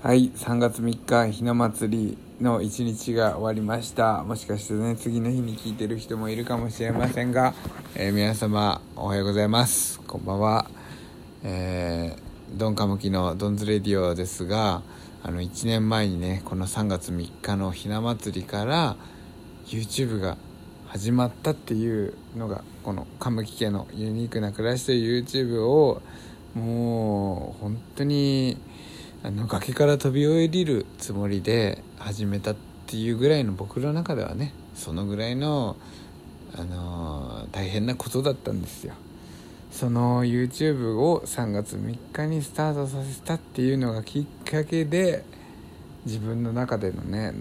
はい、3月3日ひな祭りの一日が終わりました。もしかしてね、次の日に聞いてる人もいるかもしれませんが、皆様おはようございます。こんばんは。ドンカムキのドンズレディオですが、1年前にね、この3月3日のひな祭りから YouTube が始まったっていうのが、このカムキ家のユニークな暮らしという YouTube をもう本当に崖から飛び降りるつもりで始めたっていうぐらいの、僕の中ではね、そのぐらいの、大変なことだったんですよ。その YouTube を3月3日にスタートさせたっていうのがきっかけで、自分の中でのね、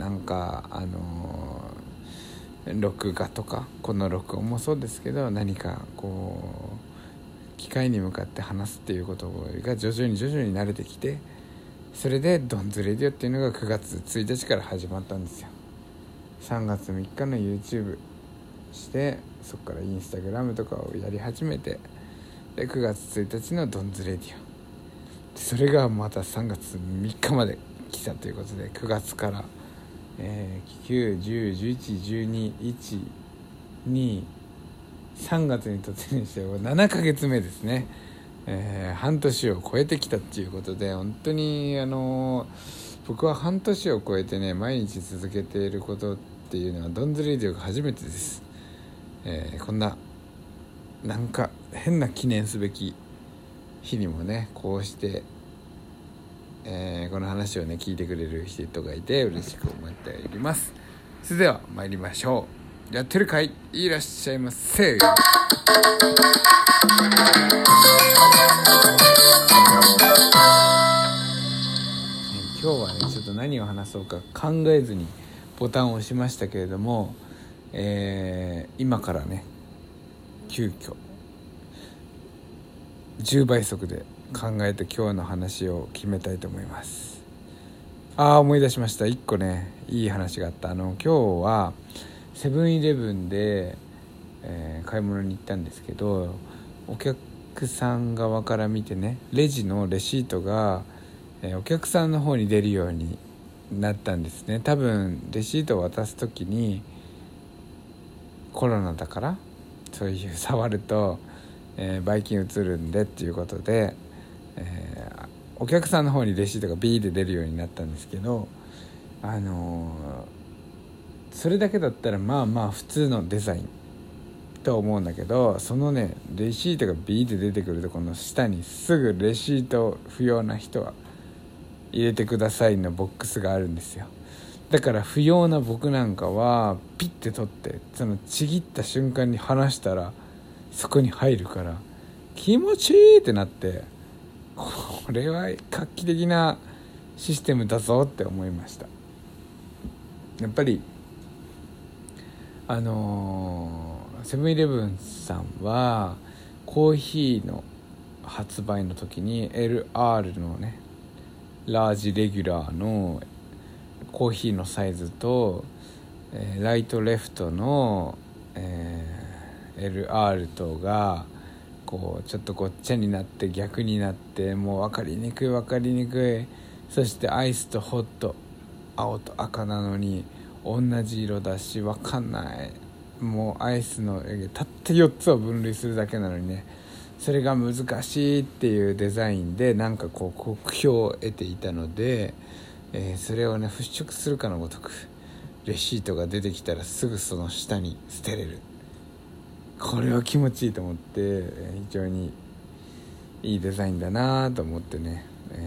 録画とか、この録音もそうですけど、何かこう機械に向かって話すっていうことが徐々に慣れてきて、それでドンズレディオっていうのが9月1日から始まったんですよ。3月3日の YouTube して、そこからインスタグラムとかをやり始めて、で9月1日のドンズレディオ、それがまた3月3日まで来たということで、9月から、9、10、11、12、1、2、3月に突入して7ヶ月目ですね。半年を超えてきたっていうことで、本当に僕は半年を超えてね、毎日続けていることっていうのはドンズレディオが初めてです。こんななんか変な記念すべき日にもね、こうして、この話をね聞いてくれる人がいて嬉しく思っております。それでは参りましょう。やってるかい？いらっしゃいませ。今日はね、ちょっと何を話そうか考えずにボタンを押しましたけれども、今からね、急遽10倍速で考えて今日の話を決めたいと思います。思い出しました。1個ね、いい話があった。今日はセブンイレブンで、買い物に行ったんですけど、お客さん側から見てね、レジのレシートが、お客さんの方に出るようになったんですね。多分レシートを渡す時に、コロナだからそういう触ると、ばい菌移るんでっていうことで、お客さんの方にレシートがビーで出るようになったんですけど、それだけだったらまあ普通のデザインと思うんだけど、そのね、レシートがビーで出てくるとこの下にすぐレシート不要な人は入れてくださいのボックスがあるんですよ。だから不要な僕なんかはピッて取って、そのちぎった瞬間に離したらそこに入るから気持ちいいってなって、これは画期的なシステムだぞって思いました。やっぱりセブンイレブンさんはコーヒーの発売の時に LR のね、ラージレギュラーのコーヒーのサイズと、ライトレフトの、LR とがこうちょっとごっちゃになって逆になって、もう分かりにくい。そしてアイスとホット、青と赤なのに同じ色だし分かんない。もうアイスのたった4つを分類するだけなのにね、それが難しいっていうデザインで、なんかこう酷評を得ていたので、それをね払拭するかのごとくレシートが出てきたらすぐその下に捨てれる。これは気持ちいいと思って、非常にいいデザインだなと思ってね、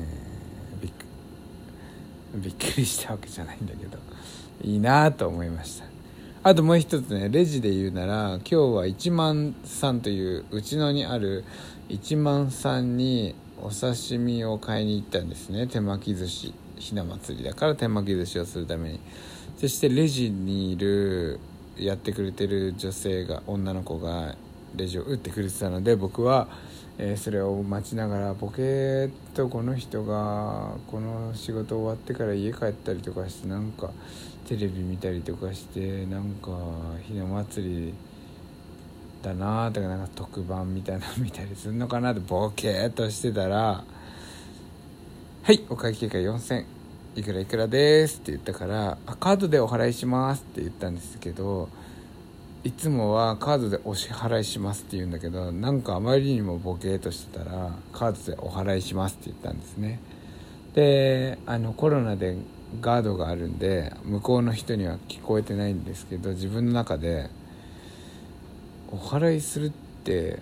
びっくりしたわけじゃないんだけど、いいなと思いました。あともう一つね、レジで言うなら、今日は一万さんといううちのにある一万さんにお刺身を買いに行ったんですね。手巻き寿司、ひな祭りだから手巻き寿司をするために。そしてレジにいるやってくれてる女の子がレジを打ってくれてたので、僕は、それを待ちながらボケーっと、この人がこの仕事終わってから家帰ったりとかして、なんかテレビ見たりとかして、なんかひな祭りだなとか、なんか特番みたいなの見たりするのかなってボケーっとしてたら、はい、お会計が4000 いくらいくらですって言ったから、カードでお払いしますって言ったんですけど、いつもはカードでお支払いしますって言うんだけど、なんかあまりにもボケーとしてたらカードでお払いしますって言ったんですね。でコロナでガードがあるんで向こうの人には聞こえてないんですけど、自分の中でお払いするって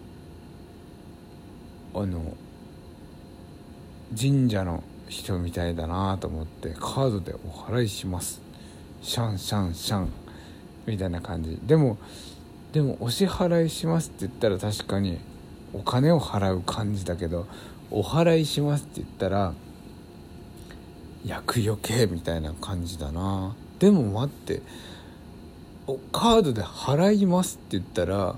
神社の人みたいだなと思って、カードでお払いしますシャンシャンシャンみたいな感じでもお支払いしますって言ったら確かにお金を払う感じだけど、お払いしますって言ったら厄除けみたいな感じだな。でも待って、カードで払いますって言ったら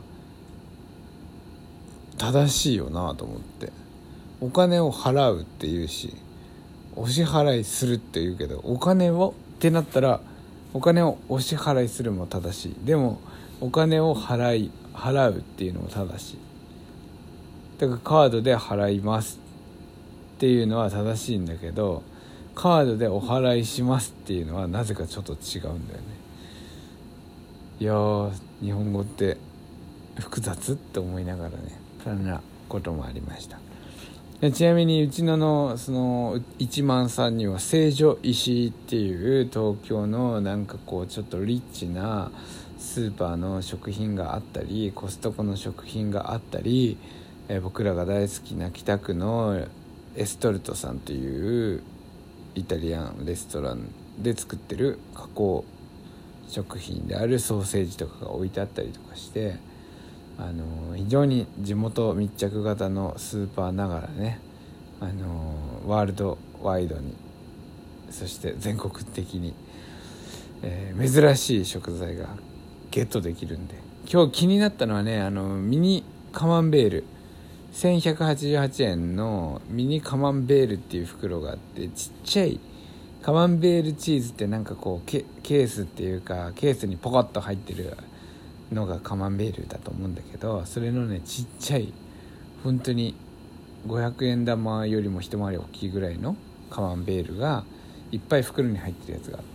正しいよなと思って、お金を払うって言うし、お支払いするって言うけど、お金をってなったらお金をお支払いするも正しい。でもお金を払うっていうのも正しい。だからカードで払いますっていうのは正しいんだけど、カードでお払いしますっていうのはなぜかちょっと違うんだよね。いやー、日本語って複雑って思いながらね、そんなこともありました。ちなみにうちのその一万さんには成城石井っていう東京のなんかこうちょっとリッチなスーパーの食品があったり、コストコの食品があったり、僕らが大好きな北区のエストルトさんというイタリアンレストランで作ってる加工食品であるソーセージとかが置いてあったりとかして、非常に地元密着型のスーパーながらね、ワールドワイドに、そして全国的に、珍しい食材がゲットできるんで、今日気になったのはね、ミニカマンベール1188円のミニカマンベールっていう袋があって、ちっちゃいカマンベールチーズってなんかこうケースっていうか、ケースにポコッと入ってるのがカマンベールだと思うんだけど、それのねちっちゃい、本当に500円玉よりも一回り大きいぐらいのカマンベールがいっぱい袋に入ってるやつがあって、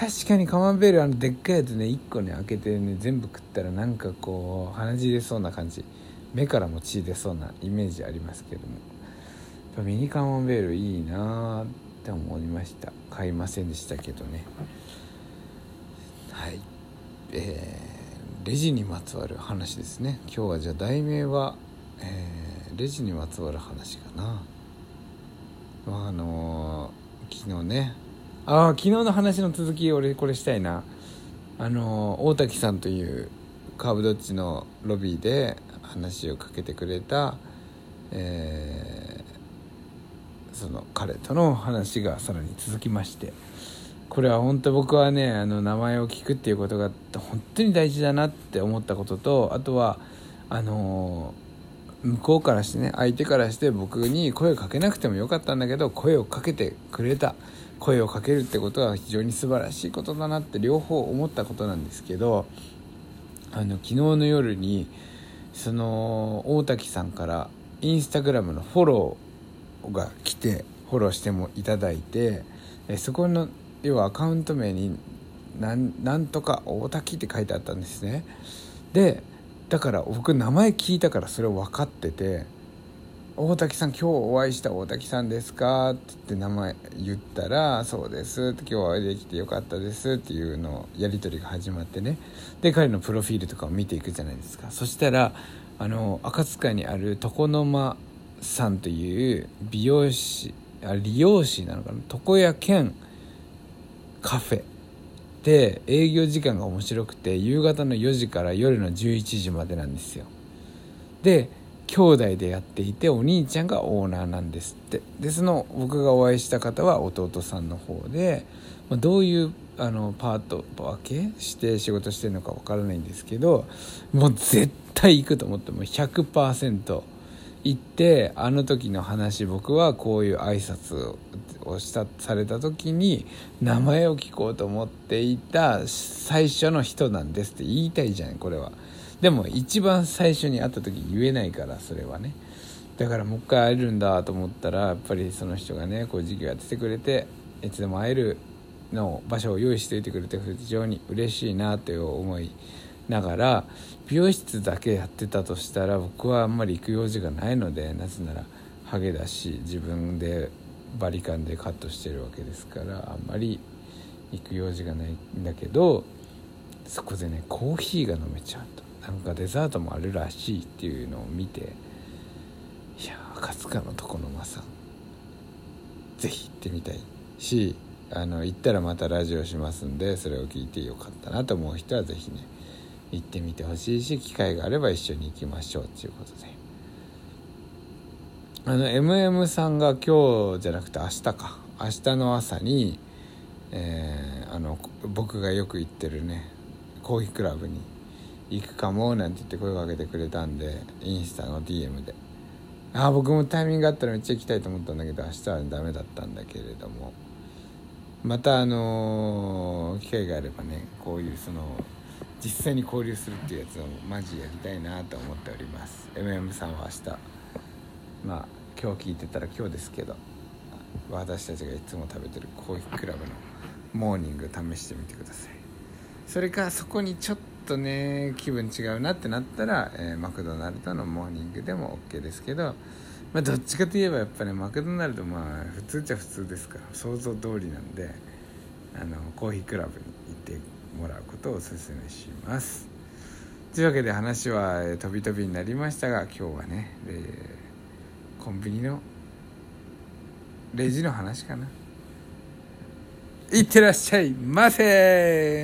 確かにカマンベールでっかいやつね1個ね開けてね全部食ったらなんかこう鼻血出そうな感じ、目からも血出そうなイメージありますけども、ミニカマンベールいいなって思いました。買いませんでしたけどね。はい、レジにまつわる話ですね。今日はじゃあ題名は、レジにまつわる話かな。昨日ね、昨日の話の続き、俺これしたいな。大滝さんというカーブドッジのロビーで話をかけてくれた、その彼との話がさらに続きまして、これは本当僕はね、名前を聞くっていうことが本当に大事だなって思ったことと、あとは向こうからしてね、相手からして僕に声をかけなくてもよかったんだけど、声をかけてくれた。声をかけるってことは非常に素晴らしいことだなって両方思ったことなんですけど、昨日の夜にその大滝さんからインスタグラムのフォローが来て、フォローしてもいただいて、そこの要はアカウント名になんとか大滝って書いてあったんですね。でだから僕名前聞いたからそれを分かってて、大滝さん今日お会いした大滝さんですかって言って名前言ったら、そうですって、今日お会いできてよかったですっていうのをやり取りが始まってね。で彼のプロフィールとかを見ていくじゃないですか。そしたら赤塚にある床の間さんという理容師なのかな、床屋兼カフェで営業時間が面白くて、夕方の4時から夜の11時までなんですよ。で兄弟でやっていて、お兄ちゃんがオーナーなんですって。でその僕がお会いした方は弟さんの方で、どういうパート分けして仕事してるのか分からないんですけど、もう絶対行くと思って、もう 100% 行って、あの時の話、僕はこういう挨拶をされた時に名前を聞こうと思っていた最初の人なんですって言いたいじゃん、これは。でも一番最初に会った時言えないから、それはね。 だからもう一回会えるんだと思ったら、やっぱりその人がねこう授業やっててくれていつでも会えるの場所を用意しておいてくれて非常に嬉しいなという思いながら、美容室だけやってたとしたら僕はあんまり行く用事がないので、なぜならハゲだし自分でバリカンでカットしてるわけですから、あんまり行く用事がないんだけど、そこでねコーヒーが飲めちゃうと、なんかデザートもあるらしいっていうのを見て、いや赤塚の床の間さんぜひ行ってみたいし、行ったらまたラジオしますんで、それを聞いてよかったなと思う人はぜひね行ってみてほしいし、機会があれば一緒に行きましょうということで、MM さんが今日じゃなくて明日の朝に、僕がよく行ってるねコーヒークラブに行くかもなんて言って声をかけてくれたんで、インスタの DM で僕もタイミングがあったらめっちゃ行きたいと思ったんだけど明日はダメだったんだけれども、また機会があればねこういう実際に交流するっていうやつをマジやりたいなと思っております。 MM さんは明日、今日聞いてたら今日ですけど、私たちがいつも食べてるコーヒークラブのモーニング試してみてください。それかそこにちょっとね気分違うなってなったら、マクドナルドのモーニングでも OK ですけど、どっちかといえばやっぱりマクドナルド普通っちゃ普通ですから想像通りなんで、コーヒークラブに行ってもらうことをお勧めします。というわけで話は飛び飛びになりましたが、今日はね、コンビニのレジの話かな。いってらっしゃいませ。